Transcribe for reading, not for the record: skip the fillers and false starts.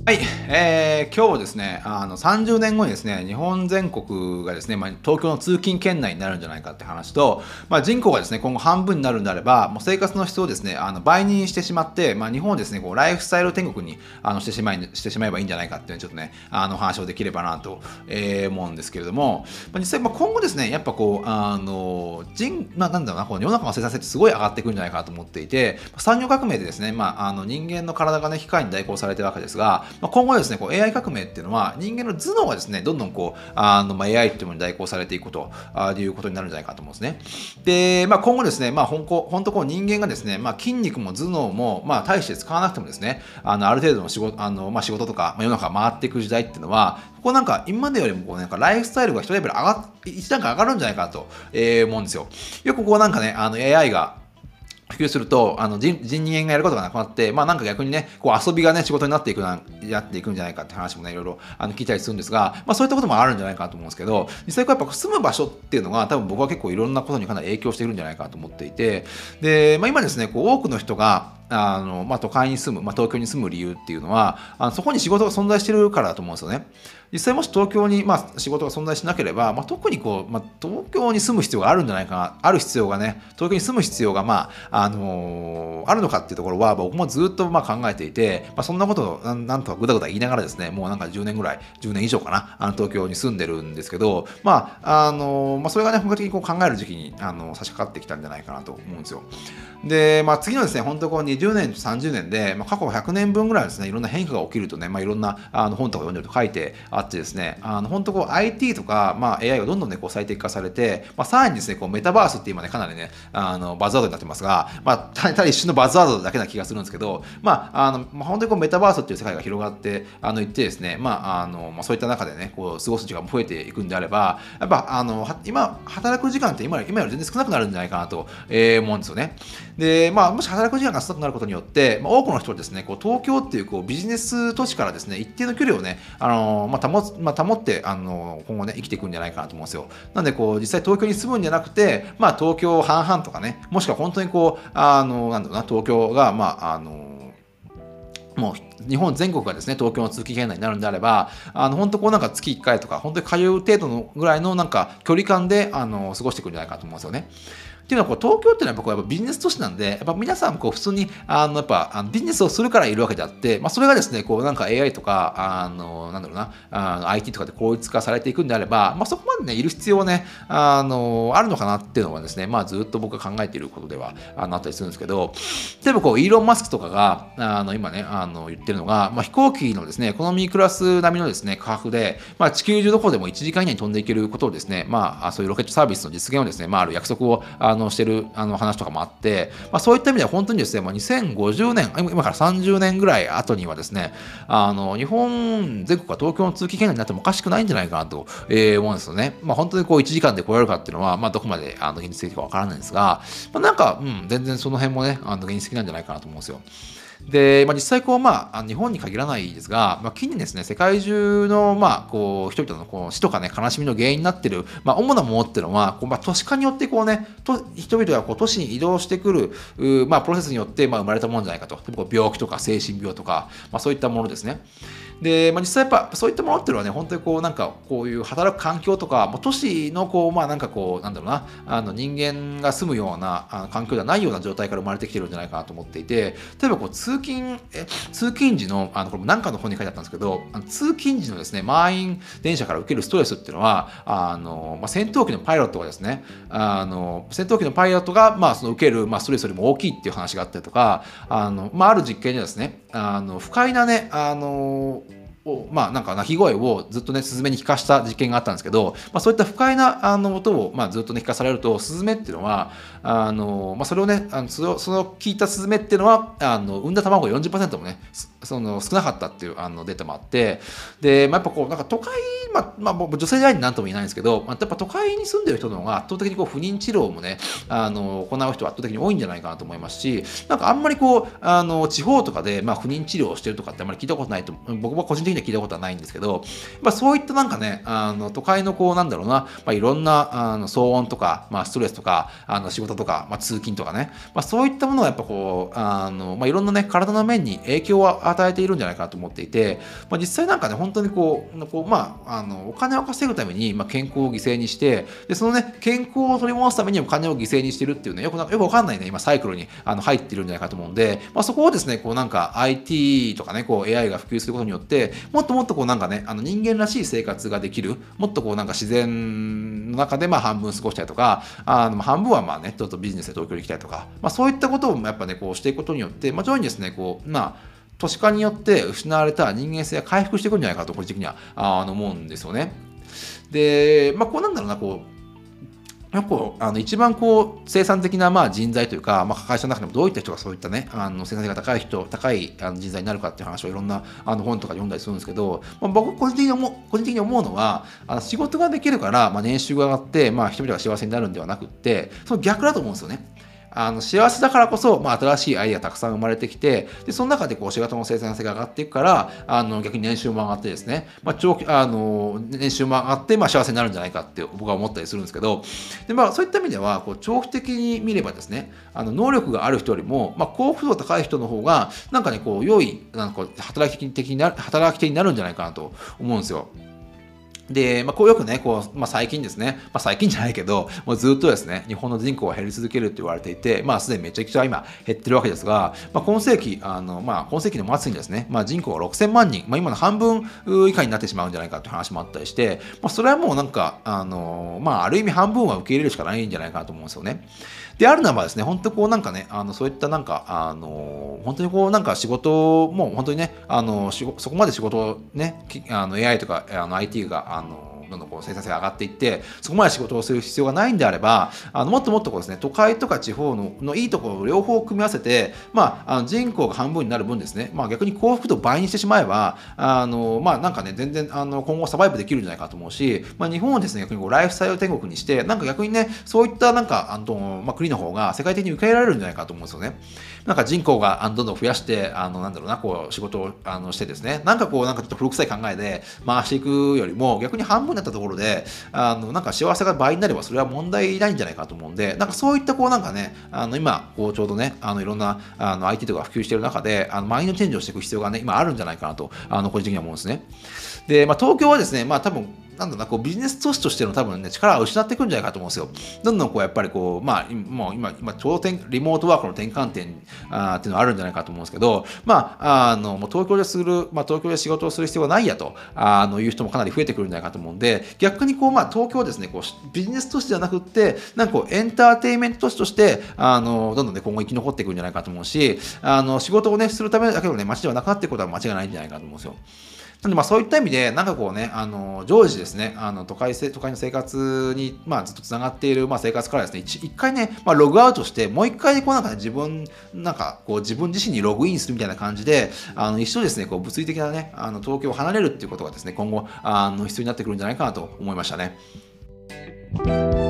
はい、今日はですね、30年後にですね、日本全国がですね、東京の通勤圏内になるんじゃないかって話と、人口がですね、今後半分になるんであれば、もう生活の質をですね、倍にしてしまって、日本をですね、こうライフスタイル天国にしてしまえばいいんじゃないかっていうちょっとね、話をできればなと、思うんですけれども、実際、今後ですね、やっぱこう、なんだろうな、こう世の中の生産性ってすごい上がっていくんじゃないかなと思っていて、産業革命でですね、人間の体がね、機械に代行されてるわけですが、今後ですね、こう AI 革命っていうのは人間の頭脳がですね、どんどんこうAI っていうものに代行されていくということになるんじゃないかと思うんですね。で、今後ですね、本当こう人間がですね、筋肉も頭脳も大して使わなくてもですね、ある程度の仕事とか、世の中が回っていく時代っていうのは、こうなんか今までよりもこうなんかライフスタイルが一レベル一段階上がるんじゃないかと、思うんですよ。よくこうなんかね、AI が普及すると人間がやることがなくなって、なんか逆にねこう遊びがね仕事になっていくんじゃないかって話もねいろいろ聞いたりするんですが、そういったこともあるんじゃないかなと思うんですけど、実際こうやっぱ住む場所っていうのが多分僕は結構いろんなことにかなり影響しているんじゃないかなと思っていて、で、今ですねこう多くの人が都会に住む、東京に住む理由っていうのはそこに仕事が存在しているからだと思うんですよね。実際もし東京に、仕事が存在しなければ、特にこう、東京に住む必要があるんじゃないかな、ある必要がね、東京に住む必要が、あるのかっていうところは、僕もずっと考えていて、そんなことをなんとかぐだぐだ言いながらですね、もうなんか10年ぐらい、10年以上かな、東京に住んでるんですけど、それがね、本格的にこう考える時期に差し掛かってきたんじゃないかなと思うんですよ。で、次のですね、本当こう20年と30年で、過去100年分ぐらいですね、いろんな変化が起きるとね、いろんな本とか読んでると書いてあってですね、本当こう IT とか、AI がどんどんね、こう最適化されて、さらにですね、こうメタバースって今ね、かなりね、バズワードになってますが、ただ一瞬のバズワードだけな気がするんですけど、本当にこうメタバースっていう世界が広がっていってですね、そういった中でね、こう過ごす時間も増えていくんであれば、やっぱ今働く時間って今より全然少なくなるんじゃないかなと、思うんですよね。で、もし働く時間が少なくなることによって、多くの人はですね、こう東京っていうこうビジネス都市からですね、一定の距離をね、保って、今後ね、生きていくんじゃないかなと思うんですよ。なんで、こう、実際東京に住むんじゃなくて、東京半々とかね、もしくは本当にこう、なんだろうな、東京が、もう日本全国がですね、東京の通勤圏内になるんであれば、本当こうなんか月1回とか、本当に通う程度のぐらいのなんか距離感で、過ごしていくんじゃないかと思うんですよね。っていうのはこう東京っていうのは僕はやっぱビジネス都市なんで、やっぱ皆さんこう普通にやっぱビジネスをするからいるわけであって、それがですねこうなんか AI とかなんだろうなIT とかで効率化されていくんであれば、そこまでねいる必要はねあるのかなっていうのはですねずっと僕が考えていることではあったりするんですけど、例えばこうイーロン・マスクとかが今ね言ってるのが、飛行機のですねエコノミークラス並みのですね価格で、地球中どこでも1時間以内に飛んでいけることをですねそういうロケットサービスの実現をですねある約束をしてる話とかもあって、そういった意味では本当にですね、2050年、今から30年ぐらい後にはですね、日本全国が東京の通勤圏内になってもおかしくないんじゃないかなと、思うんですよね。本当にこう1時間で来れるかっていうのは、どこまで現実的かわからないんですが、なんか、全然その辺もね、現実的なんじゃないかなと思うんですよ。で、実際こう、日本に限らないですが、近年ですね、世界中の、こう、人々のこう死とかね、悲しみの原因になっている、主なものっていうのは、こう都市化によってこうね、人々がこう都市に移動してくる、プロセスによって、生まれたものじゃないかと。例えばこう病気とか精神病とか、そういったものですね。で、実際やっぱそういったものっていうのはね、本当にこうなんかこういう働く環境とか、都市のこうなんかこうなんだろうな、人間が住むような環境ではないような状態から生まれてきてるんじゃないかなと思っていて、例えばこう通勤時のこれ何かの本に書いてあったんですけど、通勤時のですね満員電車から受けるストレスっていうのは戦闘機のパイロットがですね戦闘機のパイロットがその受けるストレスよりも大きいっていう話があったりとか、ある実験ではですね不快なねなんか鳴き声をずっとねスズメに聞かした実験があったんですけど、そういった不快な音をずっとね聞かされるとスズメっていうのはそれをねその聞いたスズメっていうのは産んだ卵が40%もねその少なかったっていうデータもあって、で、やっぱこうなんか都会僕女性でありなんとも言えないんですけど、やっぱ都会に住んでる人の方が圧倒的にこう不妊治療もね、行う人は圧倒的に多いんじゃないかなと思いますし、なんかあんまりこう、地方とかで、不妊治療をしてるとかってあんまり聞いたことないと、僕は個人的には聞いたことはないんですけど、そういったなんかね、都会のこう、なんだろうな、いろんな、騒音とか、ストレスとか、仕事とか、通勤とかね、そういったものがやっぱこう、いろんなね、体の面に影響を与えているんじゃないかなと思っていて、実際なんかね、本当にお金を稼ぐために、健康を犠牲にして、で、そのね、健康を取り戻すためにお金を犠牲にしてるっていうね、よくわかんないね、今サイクルに入っているんじゃないかと思うんで、そこをですね、こうなんか IT とかね、こう AI が普及することによって、もっともっとこうなんかね、人間らしい生活ができる、もっとこうなんか自然の中で半分過ごしたりとか、半分はちょっとビジネスで東京に行きたいとか、そういったことをやっぱね、こうしていくことによって、徐々にですね、こう、都市化によって失われた人間性が回復していくんじゃないかと、個人的には思うんですよね。で、こうなんだろうな、こう、一番こう生産的な人材というか、会社の中でもどういった人がそういったね、生産性が高い人、高い人材になるかっていう話をいろんな本とか読んだりするんですけど、僕個人的に思うのは、仕事ができるから、年収が上がって、人々が幸せになるんではなくって、その逆だと思うんですよね。幸せだからこそ、新しいアイデアがたくさん生まれてきて、でその中でこう仕事の生産性が上がっていくから、逆に年収も上がってですね、年収も上がって、幸せになるんじゃないかって僕は思ったりするんですけど、でそういった意味ではこう長期的に見ればですね、能力がある人よりも、幸福度が高い人の方がなんかね、こう良い働き手になるんじゃないかなと思うんですよ。で、こうよくね、こう、最近ですね、最近じゃないけど、もうずっとですね、日本の人口は減り続けるって言われていて、すでにめちゃくちゃ今減ってるわけですが、今世紀、今世紀の末にですね、人口が6000万人、今の半分以下になってしまうんじゃないかという話もあったりして、それはもうなんか、ある意味半分は受け入れるしかないんじゃないかなと思うんですよね。であるならばですね、本当こうなんかね、そういったなんか、本当にこうなんか仕事も本当にね、そこまで仕事をね、AI とかIT がどんどんこう生産性が上がっていって、そこまで仕事をする必要がないんであれば、もっともっとこうですね、都会とか地方のいいところを両方組み合わせて、人口が半分になる分ですね、逆に幸福度を倍にしてしまえば、なんかね、全然今後サバイブできるんじゃないかと思うし、日本をですね、逆にこうライフスタイル天国にして、なんか逆にね、そういったなんか国の方が世界的に受け入れられるんじゃないかと思うんですよね。なんか人口がどんどん増やして、なんだろうな、こう仕事をしてですね、なんかこうなんかちょっと古臭い考えで回していくよりも、逆に半分になったところで、なんか幸せが倍になればそれは問題ないんじゃないかと思うんで、なんかそういったこうなんかね、今こうちょうどね、いろんなIT とか普及している中で、マインドチェンジをしていく必要がね、今あるんじゃないかなと個人的には思うんですね。で、東京はですね、多分なんだろうな、こうビジネス都市としての多分ね、力を失っていくんじゃないかと思うんですよ。どんどんこうやっぱりこう、もう今ちょうどリモートワークの転換点っていうのがあるんじゃないかと思うんですけど、もう東京東京で仕事をする必要がないやという人もかなり増えてくるんじゃないかと思うんで、逆にこう東京はですね、こうビジネス都市ではなくって、なんかこうエンターテインメント都市としてどんどんね今後生き残っていくんじゃないかと思うし、仕事をねするためだけのね街ではなくなっていくことは間違いないんじゃないかと思うんですよ。なんでそういった意味で、なんかこうね、常時ですね、都会の生活に、ずっとつながっている、生活からですね、一回ね、ログアウトして、もう一回こうなんかね、自分自身にログインするみたいな感じで、一緒ですね、こう物理的なね、東京を離れるっていうことがですね、今後、必要になってくるんじゃないかなと思いましたね。